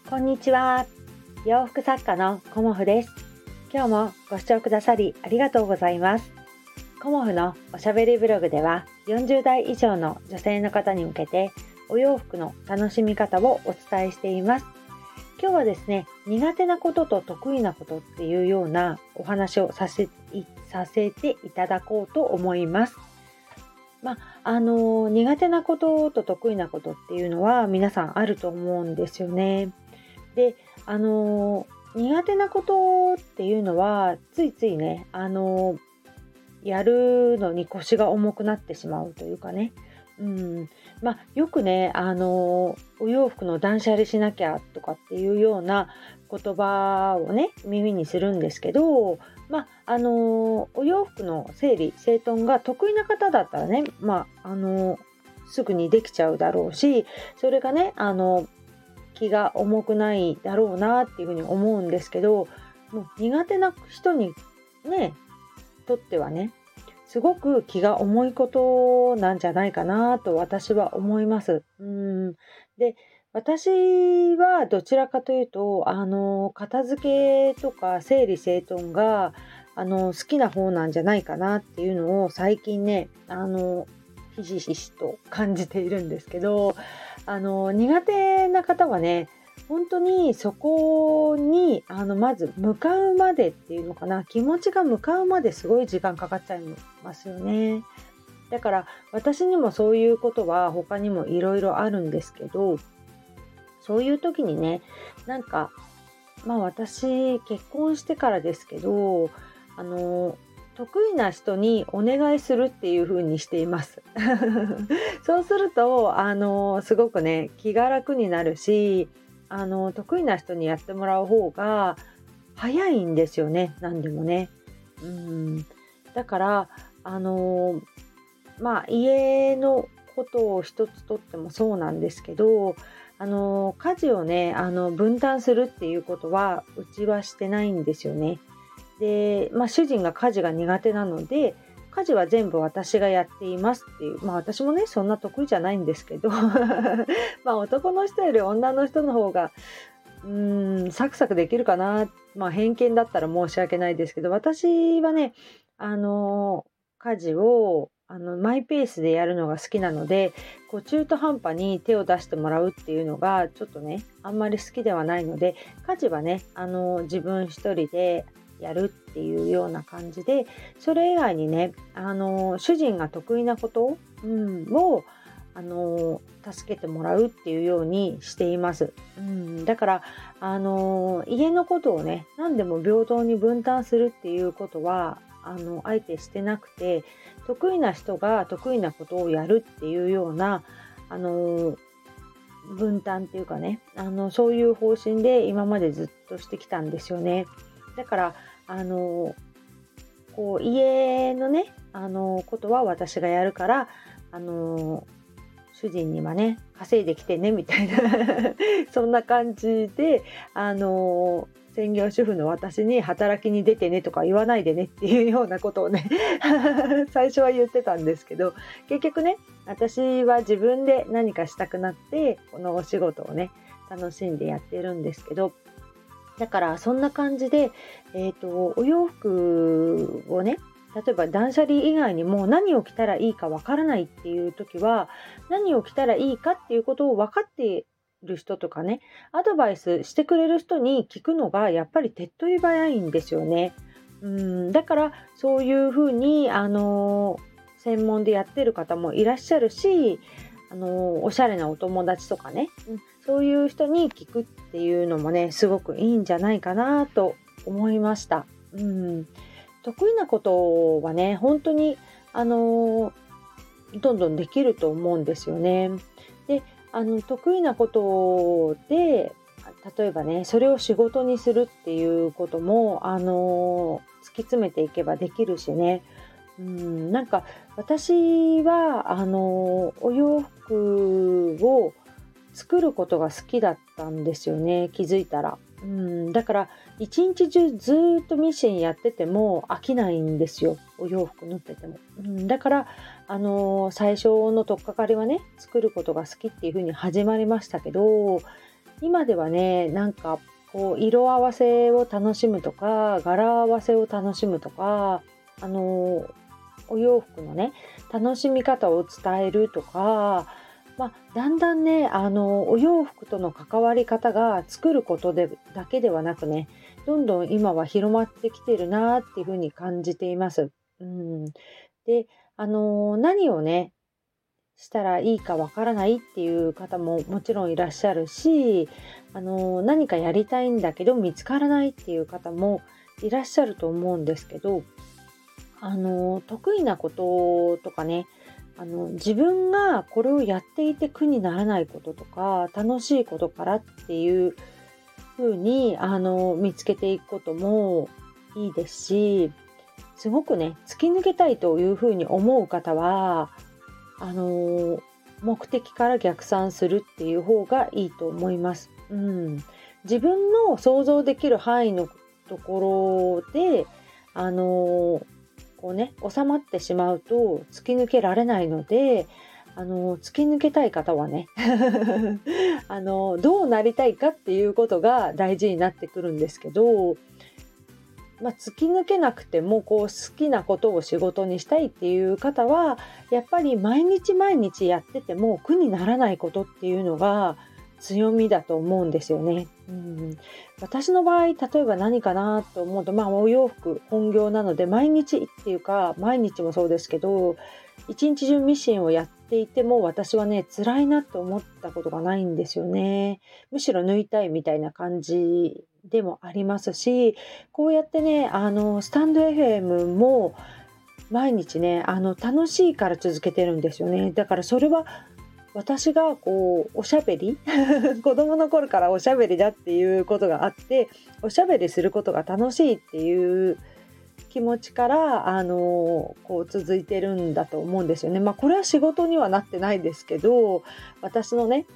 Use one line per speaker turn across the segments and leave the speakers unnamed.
こんにちは。洋服作家のコモフです。今日もご視聴くださりありがとうございます。コモフのおしゃべりブログでは40代以上の女性の方に向けてお洋服の楽しみ方をお伝えしています。今日はですね、苦手なことと得意なことっていうようなお話をさせていただこうと思います。苦手なことと得意なことっていうのは皆さんあると思うんですよね。で、苦手なことっていうのはついついね、やるのに腰が重くなってしまうというかね。よくね、お洋服の断捨離しなきゃとかっていうような言葉をね、耳にするんですけど、お洋服の整理整頓が得意な方だったらね、すぐにできちゃうだろうし、それがね、気が重くないだろうなっていうふうに思うんですけど、もう苦手な人にね、とってはね、すごく気が重いことなんじゃないかなと私は思います。で、私はどちらかというと、片付けとか整理整頓が、好きな方なんじゃないかなっていうのを最近ね、ひしひしと感じているんですけど、苦手な方はね、本当にそこにまず向かうまでっていうのかな、気持ちが向かうまですごい時間かかっちゃいますよね。だから私にもそういうことは他にもいろいろあるんですけど、そういう時にね、なんか私結婚してからですけど、得意な人にお願いするっていう風にしています。そうするとすごくね、気が楽になるし、得意な人にやってもらう方が早いんですよね、何でもね。うん。だから家のことを一つとってもそうなんですけど、家事をね、分担するっていうことはうちはしてないんですよね。で、主人が家事が苦手なので、家事は全部私がやっていますっていう、私もね、そんな得意じゃないんですけど、男の人より女の人の方が、サクサクできるかな、偏見だったら申し訳ないですけど、私はね、家事をマイペースでやるのが好きなので、こう中途半端に手を出してもらうっていうのがちょっとね、あんまり好きではないので、家事はね、自分一人でやるっていうような感じで、それ以外にね、主人が得意なこと、を助けてもらうっていうようにしています。だから、家のことをね、何でも平等に分担するっていうことは、あえてしてなくて、得意な人が得意なことをやるっていうような、分担っていうかね、そういう方針で今までずっとしてきたんですよね。だから、家のね、ことは私がやるから、主人にはね、稼いできてねみたいなそんな感じで、専業主婦の私に働きに出てねとか言わないでねっていうようなことをね最初は言ってたんですけど、結局ね、私は自分で何かしたくなってこのお仕事をね、楽しんでやってるんですけど、だからそんな感じで、お洋服をね、例えば断捨離以外にも何を着たらいいかわからないっていう時は、何を着たらいいかっていうことを分かっている人とかね、アドバイスしてくれる人に聞くのがやっぱり手っ取り早いんですよね。だからそういうふうに専門でやってる方もいらっしゃるし、おしゃれなお友達とかね、そういう人に聞くっていうのもね、すごくいいんじゃないかなと思いました。得意なことはね、本当にどんどんできると思うんですよね。で、得意なことで、例えばね、それを仕事にするっていうことも、突き詰めていけばできるしね。なんか私はお洋服を作ることが好きだったんですよね、気づいたら。だから一日中ずーっとミシンやってても飽きないんですよ、お洋服縫ってても。だから最初の取っかかりはね、作ることが好きっていう風に始まりましたけど、 今ではね、なんかこう色合わせを楽しむとか、柄合わせを楽しむとか、お洋服のね、楽しみ方を伝えるとか、だんだんね、お洋服との関わり方が作ることでだけではなくね、どんどん今は広まってきてるなっていう風に感じています。うん。で、何をね、したらいいかわからないっていう方ももちろんいらっしゃるし、何かやりたいんだけど見つからないっていう方もいらっしゃると思うんですけど、得意なこととかね、自分がこれをやっていて苦にならないこととか、楽しいことからっていう風に、見つけていくこともいいですし、すごくね、突き抜けたいという風に思う方は、目的から逆算するっていう方がいいと思います。うん。自分の想像できる範囲のところで、こうね、収まってしまうと突き抜けられないので、突き抜けたい方はね、どうなりたいかっていうことが大事になってくるんですけど、突き抜けなくてもこう好きなことを仕事にしたいっていう方は、やっぱり毎日毎日やってても苦にならないことっていうのが強みだと思うんですよね。うん、私の場合、例えば何かなと思うと、お洋服本業なので毎日っていうか、毎日もそうですけど、一日中ミシンをやっていても私はね、辛いなと思ったことがないんですよね。むしろ縫いたいみたいな感じでもありますし、こうやってね、スタンド FM も毎日ね、楽しいから続けてるんですよね。だからそれは私がこうおしゃべり子供の頃からおしゃべりだっていうことがあって、おしゃべりすることが楽しいっていう気持ちから、こう続いてるんだと思うんですよね。これは仕事にはなってないですけど、私のね、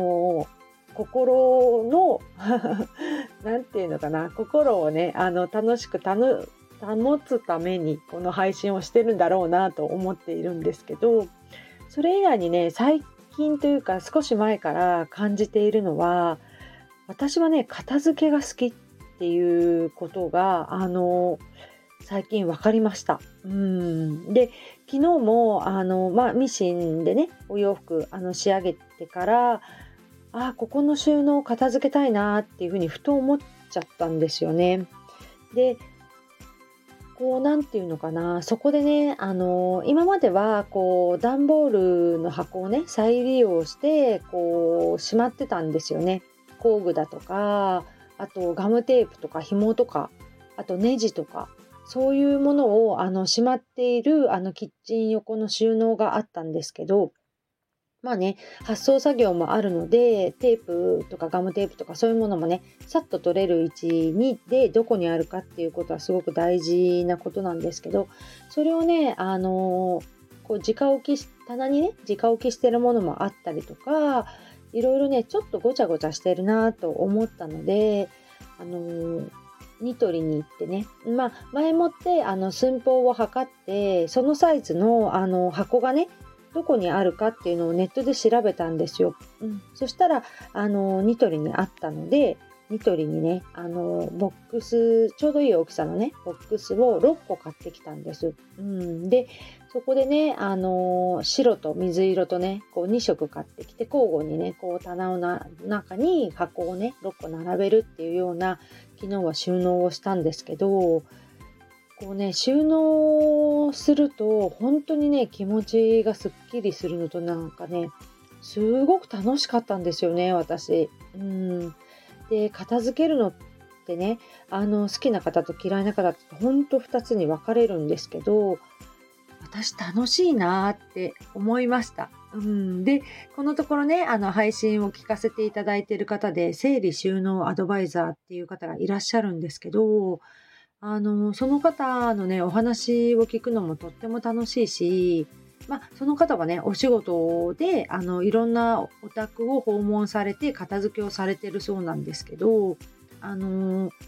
心のなんていうのかな、心をね、楽しく保つためにこの配信をしてるんだろうなと思っているんですけど、それ以外にね、最近というか少し前から感じているのは、私はね、片付けが好きっていうことが、最近分かりました。で、昨日もミシンでね、お洋服仕上げてから、ここの収納を片付けたいなっていうふうにふと思っちゃったんですよね。で、こうなんていうのかな、そこでね、今まではこう段ボールの箱をね、再利用してこうしまってたんですよね。工具だとか、あとガムテープとか紐とか、あとネジとか、そういうものをしまっているキッチン横の収納があったんですけど、発送作業もあるので、テープとかガムテープとかそういうものもね、さっと取れる位置にでどこにあるかっていうことはすごく大事なことなんですけど、それをね、こう棚にね、直置きしてるものもあったりとか、いろいろね、ちょっとごちゃごちゃしてるなと思ったので、ニトリに行ってね、前もって寸法を測って、そのサイズの箱がね、どこにあるかっていうのをネットで調べたんですよ。そしたらニトリにあったので、ニトリにねボックス、ちょうどいい大きさのねボックスを6個買ってきたんです。でそこでね白と水色とねこう2色買ってきて、交互にねこう棚の中に箱をね6個並べるっていうような昨日は収納をしたんですけど、こうね、収納すると本当にね、気持ちがすっきりするのとなんかね、すごく楽しかったんですよね、私。で、片付けるのってね、好きな方と嫌いな方って本当2つに分かれるんですけど、私楽しいなって思いました。で、このところね、配信を聞かせていただいている方で、整理収納アドバイザーっていう方がいらっしゃるんですけど、その方のね、お話を聞くのもとっても楽しいし、その方はね、お仕事で、いろんなお宅を訪問されて、片付けをされてるそうなんですけど、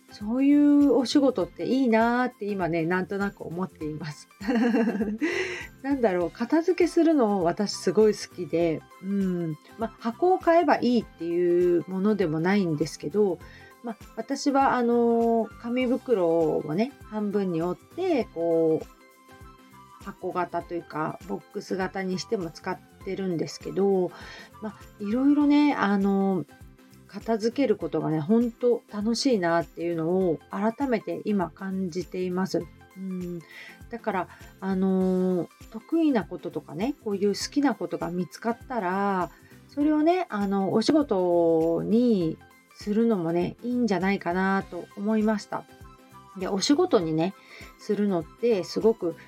そういうお仕事っていいなーって今ね、なんとなく思っています。なんだろう、片付けするの私すごい好きで、箱を買えばいいっていうものでもないんですけど、私は紙袋をね、半分に折って、こう、箱型というか、ボックス型にしても使ってるんですけど、いろいろね、片付けることがね、本当楽しいなっていうのを改めて今感じています。だから、得意なこととかね、こういう好きなことが見つかったら、それをね、お仕事にするのもね、いいんじゃないかなと思いました。で、お仕事にね、するのってすごく、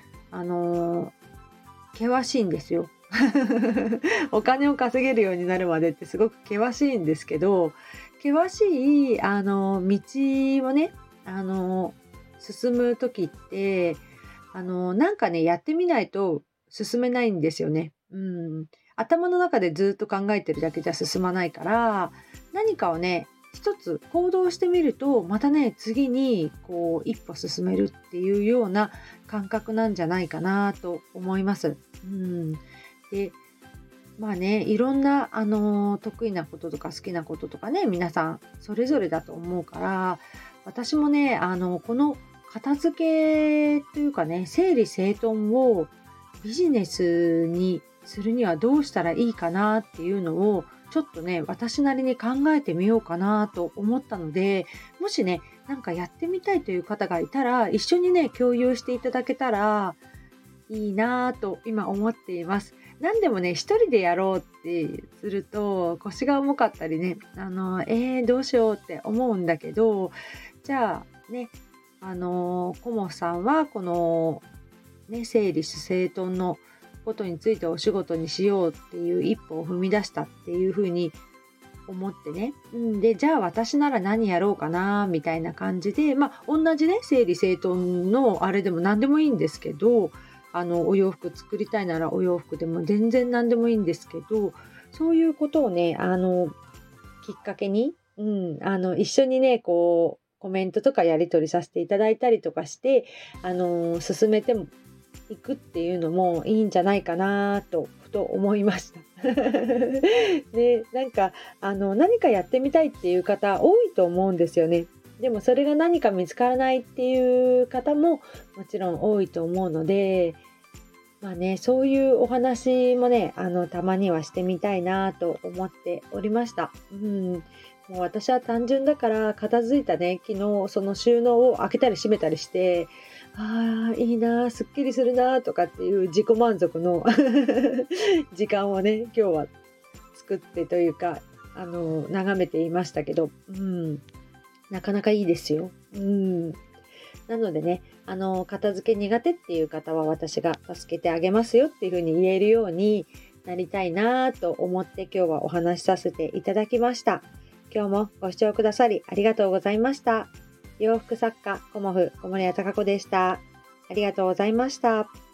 険しいんですよ。お金を稼げるようになるまでってすごく険しいんですけど、険しい、道をね、進む時って、なんかね、やってみないと進めないんですよね。頭の中でずっと考えてるだけじゃ進まないから、何かをね、一つ行動してみると、またね、次にこう一歩進めるっていうような感覚なんじゃないかなと思います。で、いろんな、得意なこととか好きなこととかね、皆さんそれぞれだと思うから、私もね、この片付けというかね、整理整頓をビジネスにするにはどうしたらいいかなっていうのを、ちょっとね、私なりに考えてみようかなと思ったので、もしね、なんかやってみたいという方がいたら、一緒にね、共有していただけたらいいなぁと今思っています。何でもね、一人でやろうってすると腰が重かったりね、どうしようって思うんだけど、じゃあね、コモさんはこのね、整理整頓のことについてお仕事にしようっていう一歩を踏み出したっていうふうに思ってね。で、じゃあ私なら何やろうかなみたいな感じで、同じね、整理整頓のあれでも何でもいいんですけど、お洋服作りたいならお洋服でも全然何でもいいんですけど、そういうことをね、きっかけに、一緒にね、こう、コメントとかやり取りさせていただいたりとかして、進めてもいくっていうのもいいんじゃないかなと、ふと思いました。ね、なんか、何かやってみたいっていう方多いと思うんですよね。でもそれが何か見つからないっていう方ももちろん多いと思うので、そういうお話もね、たまにはしてみたいなと思っておりました。もう私は単純だから片付いたね、昨日その収納を開けたり閉めたりして、いいな、すっきりするなとかっていう自己満足の時間をね、今日は作ってというか、眺めていましたけど、なかなかいいですよ。なのでね、片付け苦手っていう方は私が助けてあげますよっていうふうに言えるようになりたいなと思って今日はお話しさせていただきました。今日もご視聴くださりありがとうございました。洋服作家、コモフ、小森屋隆子でした。ありがとうございました。